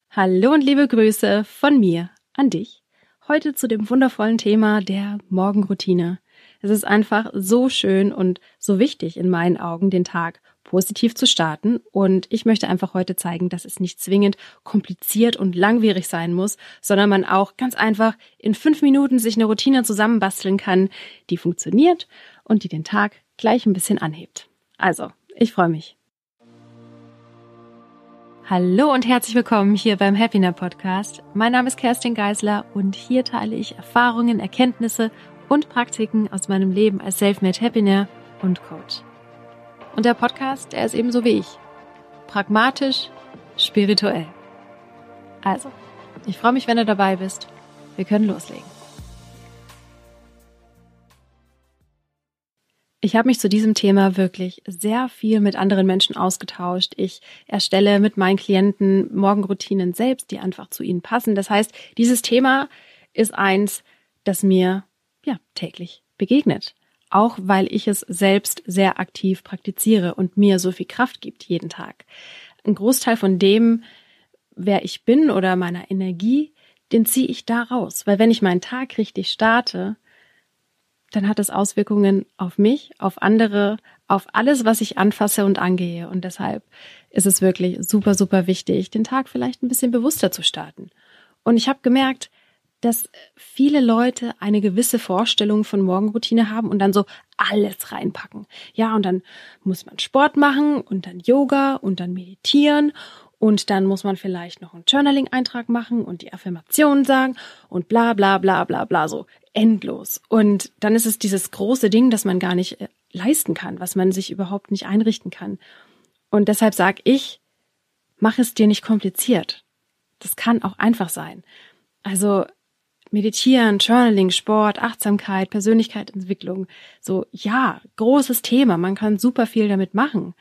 Hallo und liebe Grüße von mir an dich. Heute zu dem wundervollen Thema der Morgenroutine. Es ist einfach so schön und so wichtig in meinen Augen, den Tag positiv zu starten. Und ich möchte einfach heute zeigen, dass es nicht zwingend kompliziert und langwierig sein muss, sondern man auch ganz einfach in 5 Minuten sich eine Routine zusammenbasteln kann, die funktioniert und die den Tag gleich ein bisschen anhebt. Also, ich freue mich. Hallo und herzlich willkommen hier beim Happiner Podcast. Mein Name ist Kerstin Geisler und hier teile ich Erfahrungen, Erkenntnisse und Praktiken aus meinem Leben als Selfmade Happiner und Coach. Und der Podcast, der ist ebenso wie ich. Pragmatisch, spirituell. Also, ich freue mich, wenn du dabei bist. Wir können loslegen. Ich habe mich zu diesem Thema wirklich sehr viel mit anderen Menschen ausgetauscht. Ich erstelle mit meinen Klienten Morgenroutinen selbst, die einfach zu ihnen passen. Das heißt, dieses Thema ist eins, das mir täglich begegnet. Auch weil ich es selbst sehr aktiv praktiziere und mir so viel Kraft gibt jeden Tag. Ein Großteil von dem, wer ich bin oder meiner Energie, den ziehe ich da raus. Weil wenn ich meinen Tag richtig starte, dann hat es Auswirkungen auf mich, auf andere, auf alles, was ich anfasse und angehe. Und deshalb ist es wirklich super, super wichtig, den Tag vielleicht ein bisschen bewusster zu starten. Und ich habe gemerkt, dass viele Leute eine gewisse Vorstellung von Morgenroutine haben und dann so alles reinpacken. Ja, und dann muss man Sport machen und dann Yoga und dann meditieren. Und dann muss man vielleicht noch einen Journaling-Eintrag machen und die Affirmationen sagen und bla bla bla bla bla, so endlos. Und dann ist es dieses große Ding, das man gar nicht leisten kann, was man sich überhaupt nicht einrichten kann. Und deshalb sage ich, mach es dir nicht kompliziert. Das kann auch einfach sein. Also Meditieren, Journaling, Sport, Achtsamkeit, Persönlichkeitsentwicklung, so ja, großes Thema, man kann super viel damit machen.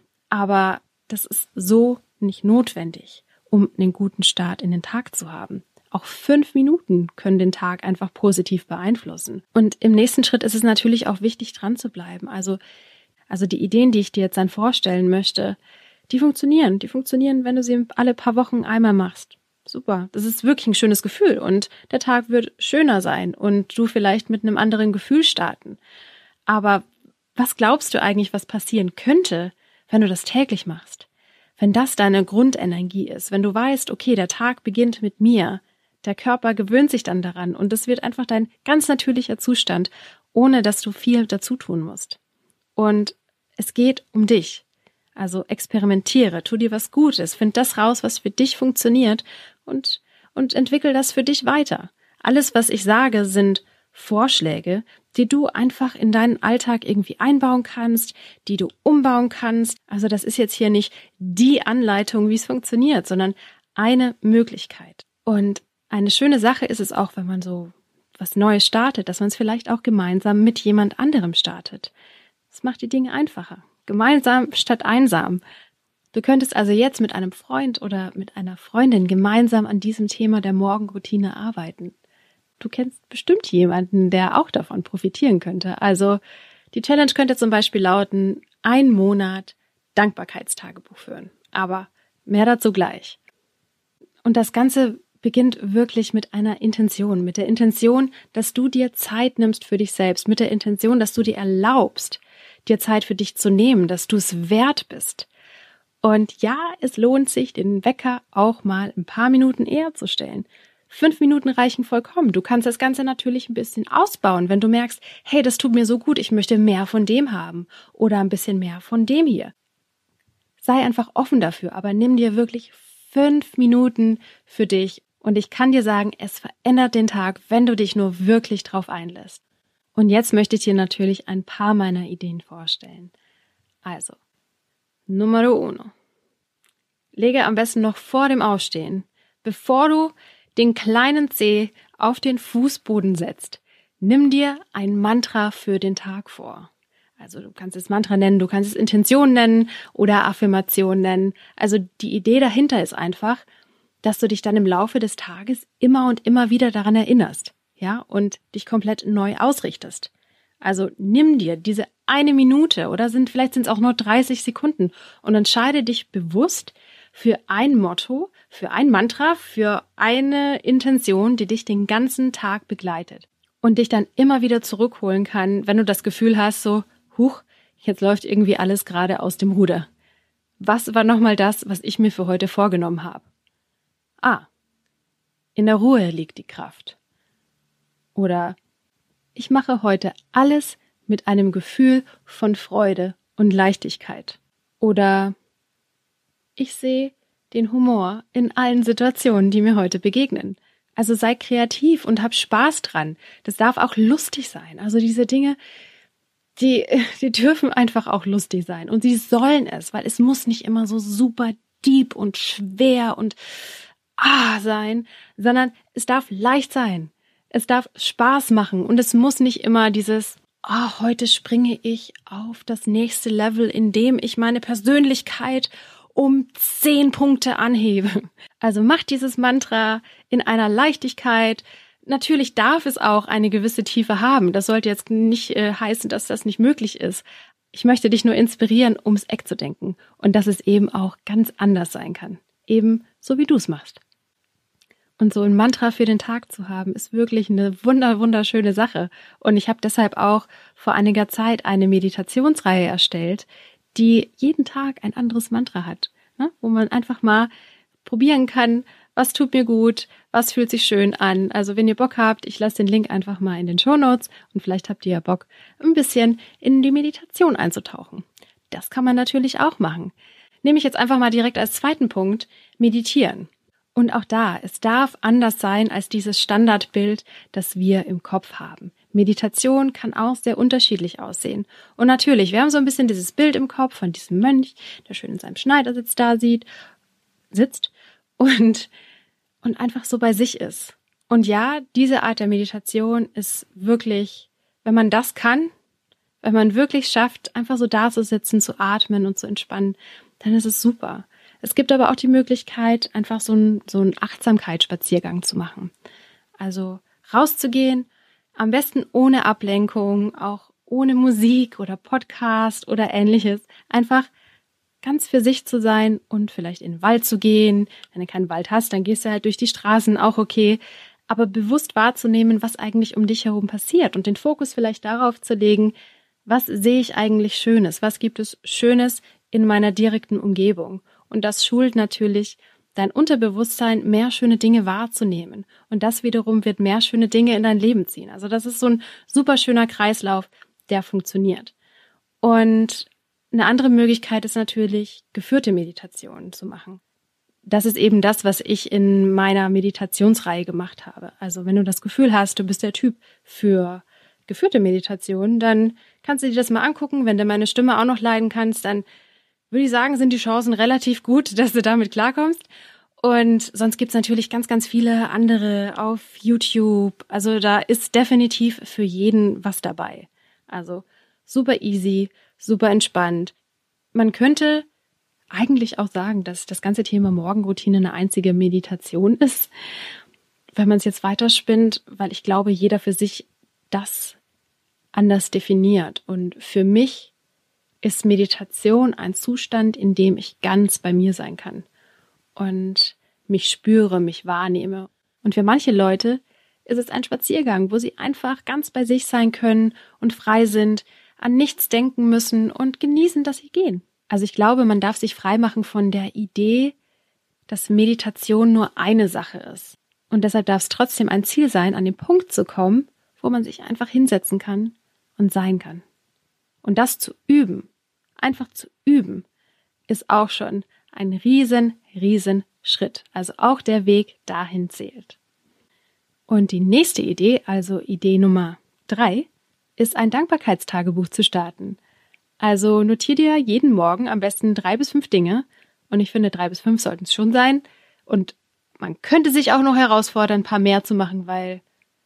Aber das ist so nicht notwendig, um einen guten Start in den Tag zu haben. Auch 5 Minuten können den Tag einfach positiv beeinflussen. Und im nächsten Schritt ist es natürlich auch wichtig, dran zu bleiben. Also die Ideen, die ich dir jetzt dann vorstellen möchte, die funktionieren. Die funktionieren, wenn du sie alle paar Wochen einmal machst. Super. Das ist wirklich ein schönes Gefühl und der Tag wird schöner sein und du vielleicht mit einem anderen Gefühl starten. Aber was glaubst du eigentlich, was passieren könnte, wenn du das täglich machst? Wenn das deine Grundenergie ist, wenn du weißt, okay, der Tag beginnt mit mir, der Körper gewöhnt sich dann daran und es wird einfach dein ganz natürlicher Zustand, ohne dass du viel dazu tun musst. Und es geht um dich. Also experimentiere, tu dir was Gutes, find das raus, was für dich funktioniert und entwickel das für dich weiter. Alles, was ich sage, sind Vorschläge, die du einfach in deinen Alltag irgendwie einbauen kannst, die du umbauen kannst. Also das ist jetzt hier nicht die Anleitung, wie es funktioniert, sondern eine Möglichkeit. Und eine schöne Sache ist es auch, wenn man so was Neues startet, dass man es vielleicht auch gemeinsam mit jemand anderem startet. Das macht die Dinge einfacher. Gemeinsam statt einsam. Du könntest also jetzt mit einem Freund oder mit einer Freundin gemeinsam an diesem Thema der Morgenroutine arbeiten. Du kennst bestimmt jemanden, der auch davon profitieren könnte. Also die Challenge könnte zum Beispiel lauten, 1 Monat Dankbarkeitstagebuch führen. Aber mehr dazu gleich. Und das Ganze beginnt wirklich mit einer Intention. Mit der Intention, dass du dir Zeit nimmst für dich selbst. Mit der Intention, dass du dir erlaubst, dir Zeit für dich zu nehmen, dass du es wert bist. Und ja, es lohnt sich, den Wecker auch mal ein paar Minuten eher zu stellen. 5 Minuten reichen vollkommen. Du kannst das Ganze natürlich ein bisschen ausbauen, wenn du merkst, hey, das tut mir so gut, ich möchte mehr von dem haben oder ein bisschen mehr von dem hier. Sei einfach offen dafür, aber nimm dir wirklich 5 Minuten für dich und ich kann dir sagen, es verändert den Tag, wenn du dich nur wirklich drauf einlässt. Und jetzt möchte ich dir natürlich ein paar meiner Ideen vorstellen. Also, Numero 1. Lege am besten noch vor dem Aufstehen, bevor du den kleinen Zeh auf den Fußboden setzt, nimm dir ein Mantra für den Tag vor. Also du kannst es Mantra nennen, du kannst es Intention nennen oder Affirmation nennen. Also die Idee dahinter ist einfach, dass du dich dann im Laufe des Tages immer und immer wieder daran erinnerst, ja, und dich komplett neu ausrichtest. Also nimm dir diese 1 Minute oder vielleicht sind es auch nur 30 Sekunden und entscheide dich bewusst für ein Motto, für ein Mantra, für eine Intention, die dich den ganzen Tag begleitet und dich dann immer wieder zurückholen kann, wenn du das Gefühl hast, so, huch, jetzt läuft irgendwie alles gerade aus dem Ruder. Was war nochmal das, was ich mir für heute vorgenommen habe? In der Ruhe liegt die Kraft. Oder ich mache heute alles mit einem Gefühl von Freude und Leichtigkeit. Oder ich sehe den Humor in allen Situationen, die mir heute begegnen. Also sei kreativ und hab Spaß dran. Das darf auch lustig sein. Also diese Dinge, die dürfen einfach auch lustig sein. Und sie sollen es, weil es muss nicht immer so super deep und schwer und sein, sondern es darf leicht sein. Es darf Spaß machen und es muss nicht immer dieses, heute springe ich auf das nächste Level, indem ich meine Persönlichkeit um 10 Punkte anhebe. Also mach dieses Mantra in einer Leichtigkeit. Natürlich darf es auch eine gewisse Tiefe haben. Das sollte jetzt nicht heißen, dass das nicht möglich ist. Ich möchte dich nur inspirieren, ums Eck zu denken und dass es eben auch ganz anders sein kann. Eben so, wie du es machst. Und so ein Mantra für den Tag zu haben, ist wirklich eine wunderschöne Sache. Und ich habe deshalb auch vor einiger Zeit eine Meditationsreihe erstellt, die jeden Tag ein anderes Mantra hat, ne? Wo man einfach mal probieren kann, was tut mir gut, was fühlt sich schön an. Also wenn ihr Bock habt, ich lasse den Link einfach mal in den Shownotes und vielleicht habt ihr ja Bock, ein bisschen in die Meditation einzutauchen. Das kann man natürlich auch machen. Nehme ich jetzt einfach mal direkt als zweiten Punkt, meditieren. Und auch da, es darf anders sein als dieses Standardbild, das wir im Kopf haben. Meditation kann auch sehr unterschiedlich aussehen. Und natürlich, wir haben so ein bisschen dieses Bild im Kopf von diesem Mönch, der schön in seinem Schneidersitz da sitzt und einfach so bei sich ist. Und ja, diese Art der Meditation ist wirklich, wenn man das kann, wenn man wirklich schafft, einfach so da zu sitzen, zu atmen und zu entspannen, dann ist es super. Es gibt aber auch die Möglichkeit, einfach so einen Achtsamkeitsspaziergang zu machen. Also rauszugehen, am besten ohne Ablenkung, auch ohne Musik oder Podcast oder ähnliches. Einfach ganz für sich zu sein und vielleicht in den Wald zu gehen. Wenn du keinen Wald hast, dann gehst du halt durch die Straßen, auch okay. Aber bewusst wahrzunehmen, was eigentlich um dich herum passiert und den Fokus vielleicht darauf zu legen, was sehe ich eigentlich Schönes? Was gibt es Schönes in meiner direkten Umgebung? Und das schult natürlich dein Unterbewusstsein, mehr schöne Dinge wahrzunehmen. Und das wiederum wird mehr schöne Dinge in dein Leben ziehen. Also das ist so ein super schöner Kreislauf, der funktioniert. Und eine andere Möglichkeit ist natürlich, geführte Meditationen zu machen. Das ist eben das, was ich in meiner Meditationsreihe gemacht habe. Also wenn du das Gefühl hast, du bist der Typ für geführte Meditation, dann kannst du dir das mal angucken. Wenn du meine Stimme auch noch leiden kannst, dann würde ich sagen, sind die Chancen relativ gut, dass du damit klarkommst. Und sonst gibt's natürlich ganz viele andere auf YouTube. Also da ist definitiv für jeden was dabei. Also super easy, super entspannt. Man könnte eigentlich auch sagen, dass das ganze Thema Morgenroutine eine einzige Meditation ist, wenn man es jetzt weiterspinnt, weil ich glaube, jeder für sich das anders definiert. Und für mich ist Meditation ein Zustand, in dem ich ganz bei mir sein kann und mich spüre, mich wahrnehme. Und für manche Leute ist es ein Spaziergang, wo sie einfach ganz bei sich sein können und frei sind, an nichts denken müssen und genießen, dass sie gehen. Also ich glaube, man darf sich freimachen von der Idee, dass Meditation nur eine Sache ist. Und deshalb darf es trotzdem ein Ziel sein, an den Punkt zu kommen, wo man sich einfach hinsetzen kann und sein kann. Und das zu üben, einfach zu üben, ist auch schon ein riesen Schritt. Also auch der Weg dahin zählt. Und die nächste Idee, also Idee Nummer 3, ist ein Dankbarkeitstagebuch zu starten. Also notier dir jeden Morgen am besten 3 bis 5 Dinge. Und ich finde, 3 bis 5 sollten es schon sein. Und man könnte sich auch noch herausfordern, ein paar mehr zu machen, weil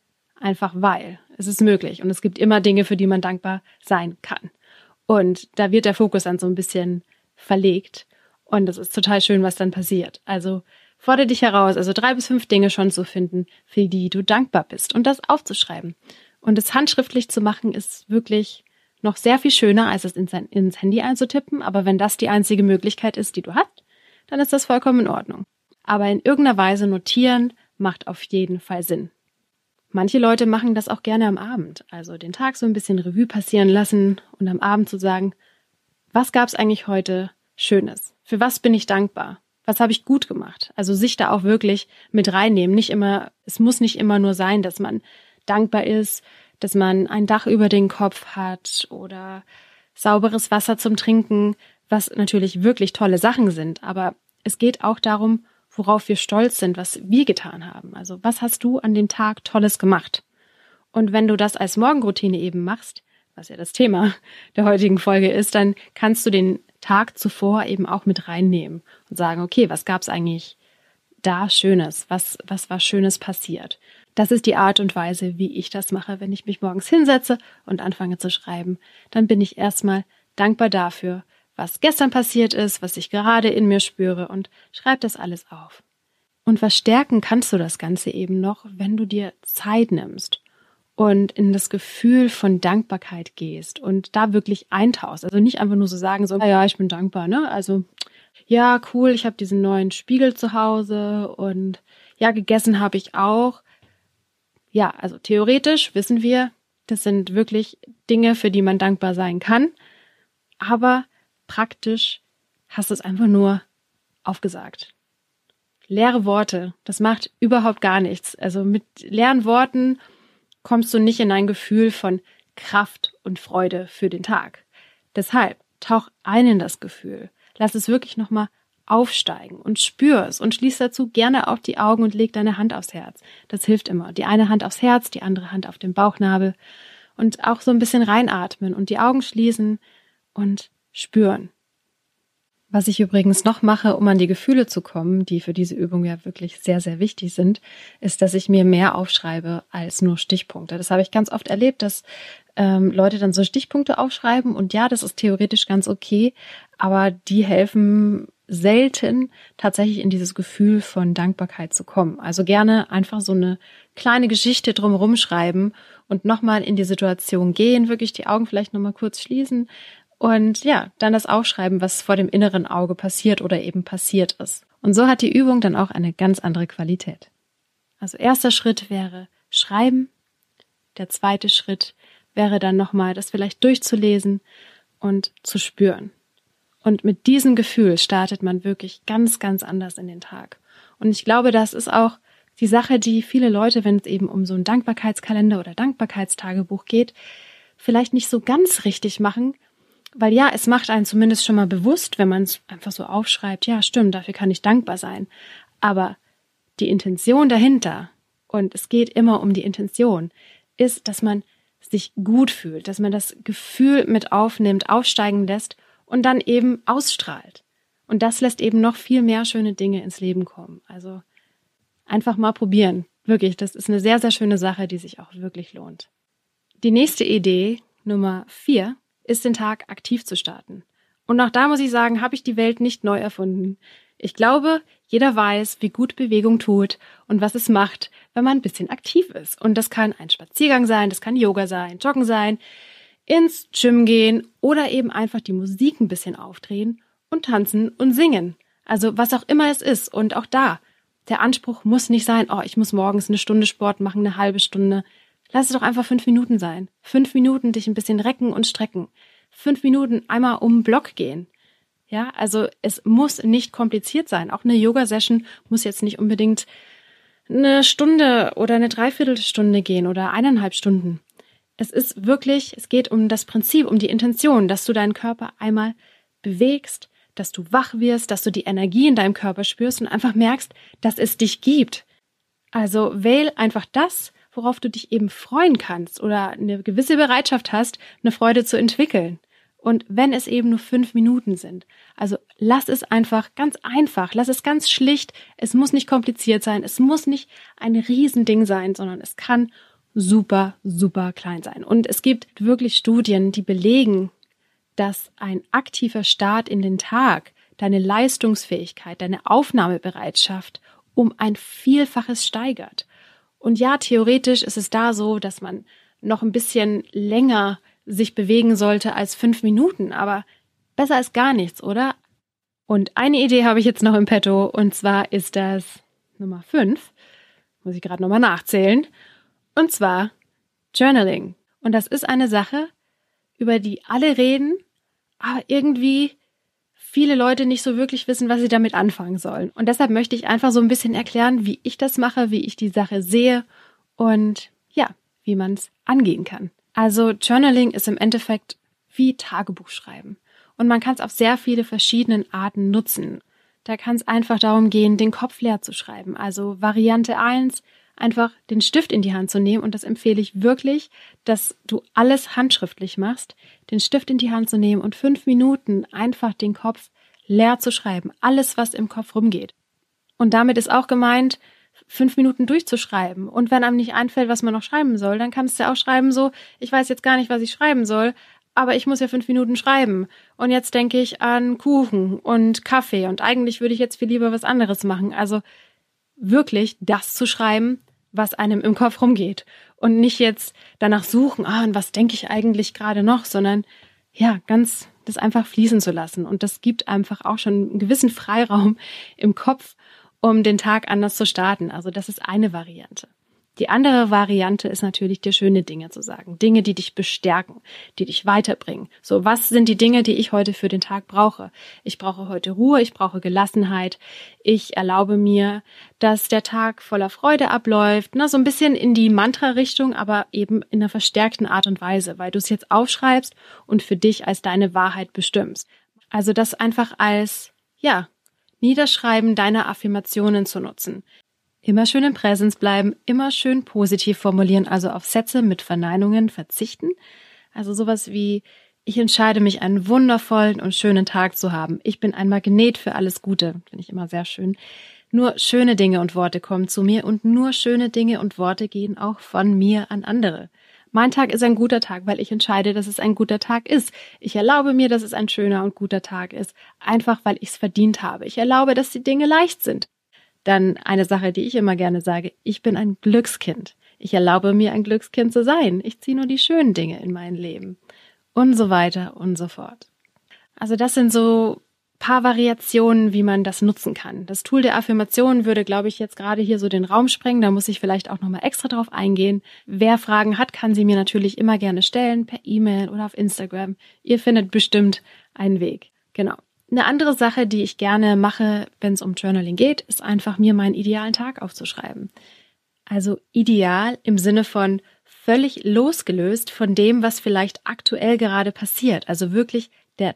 es ist möglich. Und es gibt immer Dinge, für die man dankbar sein kann. Und da wird der Fokus dann so ein bisschen verlegt. Und es ist total schön, was dann passiert. Also fordere dich heraus, also 3 bis 5 Dinge schon zu finden, für die du dankbar bist. Und das aufzuschreiben. Und es handschriftlich zu machen, ist wirklich noch sehr viel schöner, als es ins Handy einzutippen. Aber wenn das die einzige Möglichkeit ist, die du hast, dann ist das vollkommen in Ordnung. Aber in irgendeiner Weise notieren macht auf jeden Fall Sinn. Manche Leute machen das auch gerne am Abend, also den Tag so ein bisschen Revue passieren lassen und am Abend zu sagen, was gab's eigentlich heute Schönes? Für was bin ich dankbar? Was habe ich gut gemacht? Also sich da auch wirklich mit reinnehmen. Es muss nicht immer nur sein, dass man dankbar ist, dass man ein Dach über den Kopf hat oder sauberes Wasser zum Trinken, was natürlich wirklich tolle Sachen sind. Aber es geht auch darum, worauf wir stolz sind, was wir getan haben. Also was hast du an dem Tag Tolles gemacht? Und wenn du das als Morgenroutine eben machst, was ja das Thema der heutigen Folge ist, dann kannst du den Tag zuvor eben auch mit reinnehmen und sagen, okay, was gab's eigentlich da Schönes? Was war Schönes passiert? Das ist die Art und Weise, wie ich das mache, wenn ich mich morgens hinsetze und anfange zu schreiben. Dann bin ich erstmal dankbar dafür, was gestern passiert ist, was ich gerade in mir spüre und schreib das alles auf. Und verstärken kannst du das Ganze eben noch, wenn du dir Zeit nimmst und in das Gefühl von Dankbarkeit gehst und da wirklich eintauchst. Also nicht einfach nur so sagen, so, ja, ich bin dankbar, ne? Also, ja, cool, ich habe diesen neuen Spiegel zu Hause und ja, gegessen habe ich auch. Ja, also theoretisch wissen wir, das sind wirklich Dinge, für die man dankbar sein kann, aber praktisch hast du es einfach nur aufgesagt. Leere Worte, das macht überhaupt gar nichts. Also mit leeren Worten kommst du nicht in ein Gefühl von Kraft und Freude für den Tag. Deshalb tauch ein in das Gefühl. Lass es wirklich nochmal aufsteigen und spür es und schließ dazu gerne auch die Augen und leg deine Hand aufs Herz. Das hilft immer. Die eine Hand aufs Herz, die andere Hand auf den Bauchnabel und auch so ein bisschen reinatmen und die Augen schließen und spüren. Was ich übrigens noch mache, um an die Gefühle zu kommen, die für diese Übung ja wirklich sehr, sehr wichtig sind, ist, dass ich mir mehr aufschreibe als nur Stichpunkte. Das habe ich ganz oft erlebt, dass Leute dann so Stichpunkte aufschreiben und ja, das ist theoretisch ganz okay, aber die helfen selten tatsächlich in dieses Gefühl von Dankbarkeit zu kommen. Also gerne einfach so eine kleine Geschichte drumherum schreiben und nochmal in die Situation gehen, wirklich die Augen vielleicht nochmal kurz schließen und ja, dann das aufschreiben, was vor dem inneren Auge passiert oder eben passiert ist. Und so hat die Übung dann auch eine ganz andere Qualität. Also erster Schritt wäre schreiben, der zweite Schritt wäre dann nochmal das vielleicht durchzulesen und zu spüren. Und mit diesem Gefühl startet man wirklich ganz, ganz anders in den Tag. Und ich glaube, das ist auch die Sache, die viele Leute, wenn es eben um so einen Dankbarkeitskalender oder Dankbarkeitstagebuch geht, vielleicht nicht so ganz richtig machen, weil ja, es macht einen zumindest schon mal bewusst, wenn man es einfach so aufschreibt, ja, stimmt, dafür kann ich dankbar sein. Aber die Intention dahinter, und es geht immer um die Intention, ist, dass man sich gut fühlt, dass man das Gefühl mit aufnimmt, aufsteigen lässt und dann eben ausstrahlt. Und das lässt eben noch viel mehr schöne Dinge ins Leben kommen. Also einfach mal probieren. Wirklich, das ist eine sehr, sehr schöne Sache, die sich auch wirklich lohnt. Die nächste Idee, Nummer 4, ist, den Tag aktiv zu starten. Und auch da muss ich sagen, habe ich die Welt nicht neu erfunden. Ich glaube, jeder weiß, wie gut Bewegung tut und was es macht, wenn man ein bisschen aktiv ist. Und das kann ein Spaziergang sein, das kann Yoga sein, Joggen sein, ins Gym gehen oder eben einfach die Musik ein bisschen aufdrehen und tanzen und singen. Also was auch immer es ist. Und auch da, der Anspruch muss nicht sein, oh, ich muss morgens eine Stunde Sport machen, eine halbe Stunde. Lass es doch einfach 5 Minuten sein. 5 Minuten dich ein bisschen recken und strecken. 5 Minuten einmal um den Block gehen. Ja, also es muss nicht kompliziert sein. Auch eine Yoga-Session muss jetzt nicht unbedingt eine Stunde oder eine Dreiviertelstunde gehen oder 1,5 Stunden. Es ist wirklich, es geht um das Prinzip, um die Intention, dass du deinen Körper einmal bewegst, dass du wach wirst, dass du die Energie in deinem Körper spürst und einfach merkst, dass es dich gibt. Also wähl einfach das, worauf du dich eben freuen kannst oder eine gewisse Bereitschaft hast, eine Freude zu entwickeln. Und wenn es eben nur 5 Minuten sind, also lass es einfach ganz einfach, lass es ganz schlicht, es muss nicht kompliziert sein, es muss nicht ein Riesending sein, sondern es kann super, super klein sein. Und es gibt wirklich Studien, die belegen, dass ein aktiver Start in den Tag deine Leistungsfähigkeit, deine Aufnahmebereitschaft um ein Vielfaches steigert. Und ja, theoretisch ist es da so, dass man noch ein bisschen länger sich bewegen sollte als 5 Minuten, aber besser als gar nichts, oder? Und eine Idee habe ich jetzt noch im Petto, und zwar ist das Nummer 5, muss ich gerade nochmal nachzählen, und zwar Journaling. Und das ist eine Sache, über die alle reden, aber irgendwie viele Leute nicht so wirklich wissen, was sie damit anfangen sollen. Und deshalb möchte ich einfach so ein bisschen erklären, wie ich das mache, wie ich die Sache sehe und ja, wie man es angehen kann. Also Journaling ist im Endeffekt wie Tagebuch schreiben. Und man kann es auf sehr viele verschiedene Arten nutzen. Da kann es einfach darum gehen, den Kopf leer zu schreiben. Also Variante 1, einfach den Stift in die Hand zu nehmen. Und das empfehle ich wirklich, dass du alles handschriftlich machst, den Stift in die Hand zu nehmen und 5 Minuten einfach den Kopf leer zu schreiben. Alles, was im Kopf rumgeht. Und damit ist auch gemeint, 5 Minuten durchzuschreiben. Und wenn einem nicht einfällt, was man noch schreiben soll, dann kannst du ja auch schreiben so, ich weiß jetzt gar nicht, was ich schreiben soll, aber ich muss ja 5 Minuten schreiben. Und jetzt denke ich an Kuchen und Kaffee und eigentlich würde ich jetzt viel lieber was anderes machen. Also wirklich das zu schreiben, was einem im Kopf rumgeht. Und nicht jetzt danach suchen, und was denke ich eigentlich gerade noch, sondern ja, ganz das einfach fließen zu lassen. Und das gibt einfach auch schon einen gewissen Freiraum im Kopf, um den Tag anders zu starten. Also das ist eine Variante. Die andere Variante ist natürlich, dir schöne Dinge zu sagen. Dinge, die dich bestärken, die dich weiterbringen. So, was sind die Dinge, die ich heute für den Tag brauche? Ich brauche heute Ruhe, ich brauche Gelassenheit. Ich erlaube mir, dass der Tag voller Freude abläuft. So ein bisschen in die Mantra-Richtung, aber eben in einer verstärkten Art und Weise, weil du es jetzt aufschreibst und für dich als deine Wahrheit bestimmst. Also das einfach als, Niederschreiben deiner Affirmationen zu nutzen. Immer schön im Präsens bleiben, immer schön positiv formulieren, also auf Sätze mit Verneinungen verzichten. Also sowas wie, ich entscheide mich, einen wundervollen und schönen Tag zu haben. Ich bin ein Magnet für alles Gute, finde ich immer sehr schön. Nur schöne Dinge und Worte kommen zu mir und nur schöne Dinge und Worte gehen auch von mir an andere. Mein Tag ist ein guter Tag, weil ich entscheide, dass es ein guter Tag ist. Ich erlaube mir, dass es ein schöner und guter Tag ist, einfach weil ich es verdient habe. Ich erlaube, dass die Dinge leicht sind. Dann eine Sache, die ich immer gerne sage, ich bin ein Glückskind. Ich erlaube mir, ein Glückskind zu sein. Ich ziehe nur die schönen Dinge in mein Leben. Und so weiter und so fort. Also das sind so paar Variationen, wie man das nutzen kann. Das Tool der Affirmation würde, glaube ich, jetzt gerade hier so den Raum sprengen. Da muss ich vielleicht auch nochmal extra drauf eingehen. Wer Fragen hat, kann sie mir natürlich immer gerne stellen, per E-Mail oder auf Instagram. Ihr findet bestimmt einen Weg. Genau. Eine andere Sache, die ich gerne mache, wenn es um Journaling geht, ist einfach mir meinen idealen Tag aufzuschreiben. Also ideal im Sinne von völlig losgelöst von dem, was vielleicht aktuell gerade passiert. Also wirklich der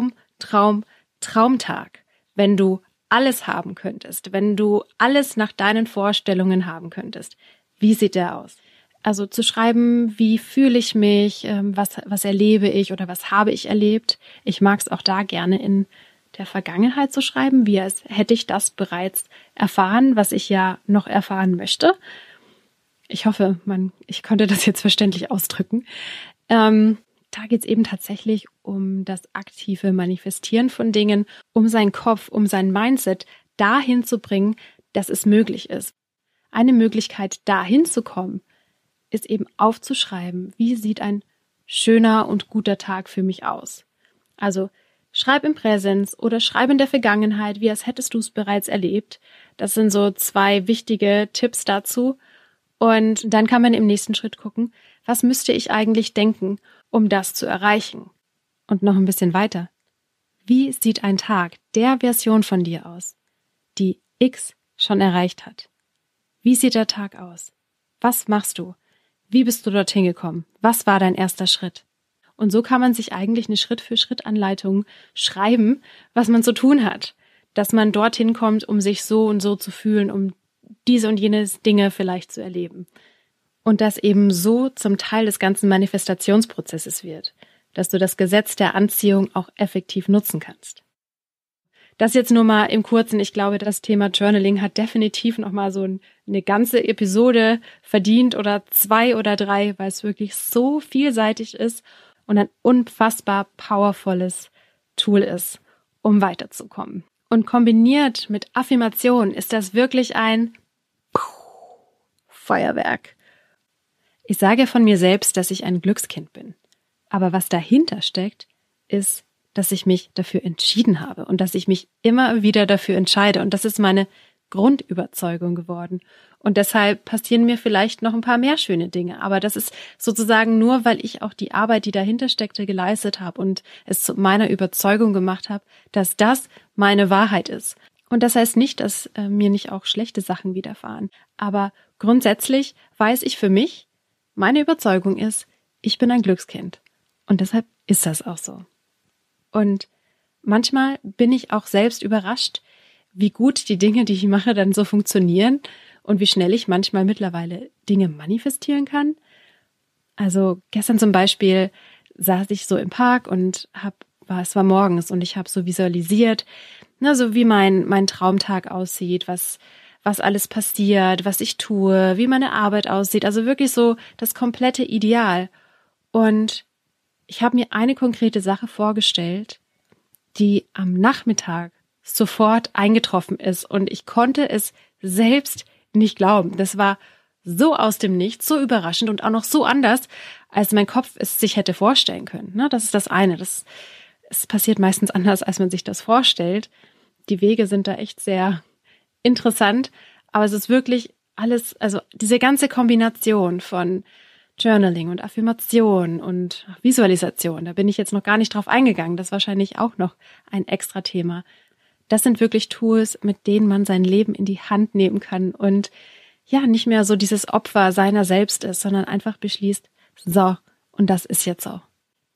Traumtag, wenn du alles haben könntest, wenn du alles nach deinen Vorstellungen haben könntest. Wie sieht der aus? Also zu schreiben, wie fühle ich mich, was erlebe ich oder was habe ich erlebt. Ich mag es auch da gerne in der Vergangenheit zu schreiben, wie als hätte ich das bereits erfahren, was ich ja noch erfahren möchte. Ich hoffe, ich konnte das jetzt verständlich ausdrücken. Da geht es eben tatsächlich um das aktive Manifestieren von Dingen, um seinen Kopf, um sein Mindset dahin zu bringen, dass es möglich ist. Eine Möglichkeit, dahin zu kommen, ist eben aufzuschreiben, wie sieht ein schöner und guter Tag für mich aus. Also schreib im Präsens oder schreib in der Vergangenheit, wie als hättest du es bereits erlebt. Das sind so 2 wichtige Tipps dazu. Und dann kann man im nächsten Schritt gucken, was müsste ich eigentlich denken, um das zu erreichen? Und noch ein bisschen weiter. Wie sieht ein Tag der Version von dir aus, die X schon erreicht hat? Wie sieht der Tag aus? Was machst du? Wie bist du dorthin gekommen? Was war dein erster Schritt? Und so kann man sich eigentlich eine Schritt-für-Schritt-Anleitung schreiben, was man zu tun hat. Dass man dorthin kommt, um sich so und so zu fühlen, um diese und jene Dinge vielleicht zu erleben. Und das eben so zum Teil des ganzen Manifestationsprozesses wird, dass du das Gesetz der Anziehung auch effektiv nutzen kannst. Das jetzt nur mal im Kurzen. Ich glaube, das Thema Journaling hat definitiv noch mal so eine ganze Episode verdient oder 2 oder 3, weil es wirklich so vielseitig ist und ein unfassbar powervolles Tool ist, um weiterzukommen. Und kombiniert mit Affirmation ist das wirklich ein Feuerwerk. Ich sage von mir selbst, dass ich ein Glückskind bin. Aber was dahinter steckt, ist dass ich mich dafür entschieden habe und dass ich mich immer wieder dafür entscheide. Und das ist meine Grundüberzeugung geworden. Und deshalb passieren mir vielleicht noch ein paar mehr schöne Dinge. Aber das ist sozusagen nur, weil ich auch die Arbeit, die dahinter steckte, geleistet habe und es zu meiner Überzeugung gemacht habe, dass das meine Wahrheit ist. Und das heißt nicht, dass mir nicht auch schlechte Sachen widerfahren. Aber grundsätzlich weiß ich für mich, meine Überzeugung ist, ich bin ein Glückskind. Und deshalb ist das auch so. Und manchmal bin ich auch selbst überrascht, wie gut die Dinge, die ich mache, dann so funktionieren und wie schnell ich manchmal mittlerweile Dinge manifestieren kann. Also gestern zum Beispiel saß ich so im Park und es war morgens und ich habe so visualisiert, so wie mein Traumtag aussieht, was alles passiert, was ich tue, wie meine Arbeit aussieht. Also wirklich so das komplette Ideal. Und ich habe mir eine konkrete Sache vorgestellt, die am Nachmittag sofort eingetroffen ist. Und ich konnte es selbst nicht glauben. Das war so aus dem Nichts, so überraschend und auch noch so anders, als mein Kopf es sich hätte vorstellen können. Das ist das eine. Es passiert meistens anders, als man sich das vorstellt. Die Wege sind da echt sehr interessant, aber es ist wirklich alles, also diese ganze Kombination von Journaling und Affirmation und Visualisation, da bin ich jetzt noch gar nicht drauf eingegangen, das ist wahrscheinlich auch noch ein extra Thema. Das sind wirklich Tools, mit denen man sein Leben in die Hand nehmen kann und ja, nicht mehr so dieses Opfer seiner selbst ist, sondern einfach beschließt, so, und das ist jetzt so.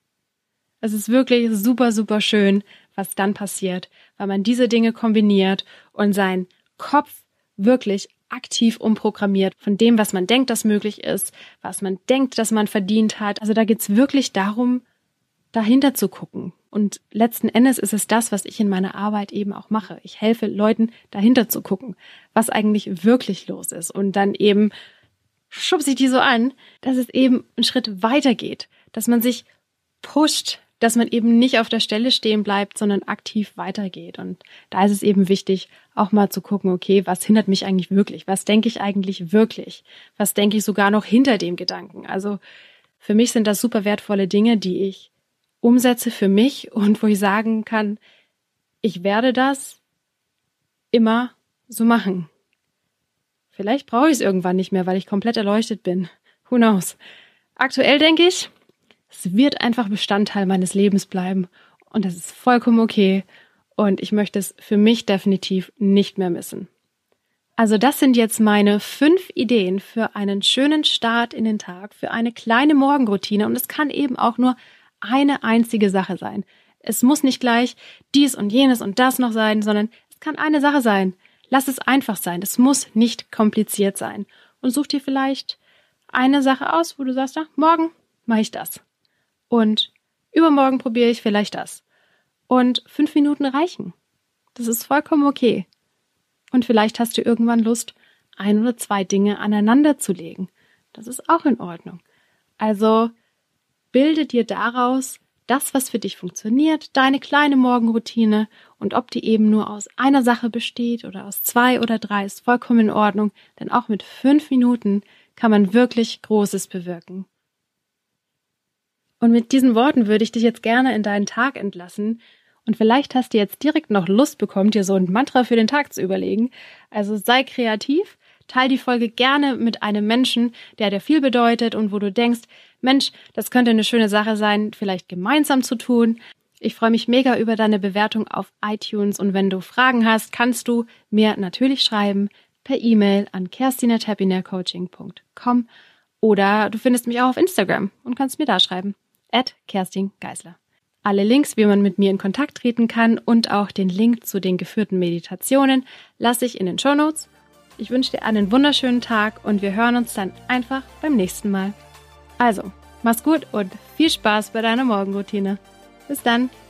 Es ist wirklich super, super schön, was dann passiert, weil man diese Dinge kombiniert und seinen Kopf wirklich aktiv umprogrammiert von dem, was man denkt, das möglich ist, was man denkt, dass man verdient hat. Also da geht's wirklich darum, dahinter zu gucken. Und letzten Endes ist es das, was ich in meiner Arbeit eben auch mache. Ich helfe Leuten, dahinter zu gucken, was eigentlich wirklich los ist. Und dann eben schubse ich die so an, dass es eben einen Schritt weiter geht, dass man sich pusht, dass man eben nicht auf der Stelle stehen bleibt, sondern aktiv weitergeht. Und da ist es eben wichtig, auch mal zu gucken, okay, was hindert mich eigentlich wirklich? Was denke ich eigentlich wirklich? Was denke ich sogar noch hinter dem Gedanken? Also für mich sind das super wertvolle Dinge, die ich umsetze für mich und wo ich sagen kann, ich werde das immer so machen. Vielleicht brauche ich es irgendwann nicht mehr, weil ich komplett erleuchtet bin. Who knows? Aktuell denke ich, es wird einfach Bestandteil meines Lebens bleiben und das ist vollkommen okay und ich möchte es für mich definitiv nicht mehr missen. Also das sind jetzt meine 5 Ideen für einen schönen Start in den Tag, für eine kleine Morgenroutine und es kann eben auch nur eine einzige Sache sein. Es muss nicht gleich dies und jenes und das noch sein, sondern es kann eine Sache sein. Lass es einfach sein. Es muss nicht kompliziert sein. Und such dir vielleicht eine Sache aus, wo du sagst, morgen mache ich das. Und übermorgen probiere ich vielleicht das. Und 5 Minuten reichen. Das ist vollkommen okay. Und vielleicht hast du irgendwann Lust, 1 oder 2 Dinge aneinander zu legen. Das ist auch in Ordnung. Also bilde dir daraus das, was für dich funktioniert, deine kleine Morgenroutine und ob die eben nur aus einer Sache besteht oder aus 2 oder 3, ist vollkommen in Ordnung, denn auch mit 5 Minuten kann man wirklich Großes bewirken. Und mit diesen Worten würde ich dich jetzt gerne in deinen Tag entlassen und vielleicht hast du jetzt direkt noch Lust bekommen, dir so ein Mantra für den Tag zu überlegen. Also sei kreativ, teil die Folge gerne mit einem Menschen, der dir viel bedeutet und wo du denkst, Mensch, das könnte eine schöne Sache sein, vielleicht gemeinsam zu tun. Ich freue mich mega über deine Bewertung auf iTunes und wenn du Fragen hast, kannst du mir natürlich schreiben per E-Mail an kerstin@happynailcoaching.com oder du findest mich auch auf Instagram und kannst mir da schreiben @KerstinGeisler. Alle Links, wie man mit mir in Kontakt treten kann und auch den Link zu den geführten Meditationen lasse ich in den Shownotes. Ich wünsche dir einen wunderschönen Tag und wir hören uns dann einfach beim nächsten Mal. Also, mach's gut und viel Spaß bei deiner Morgenroutine. Bis dann!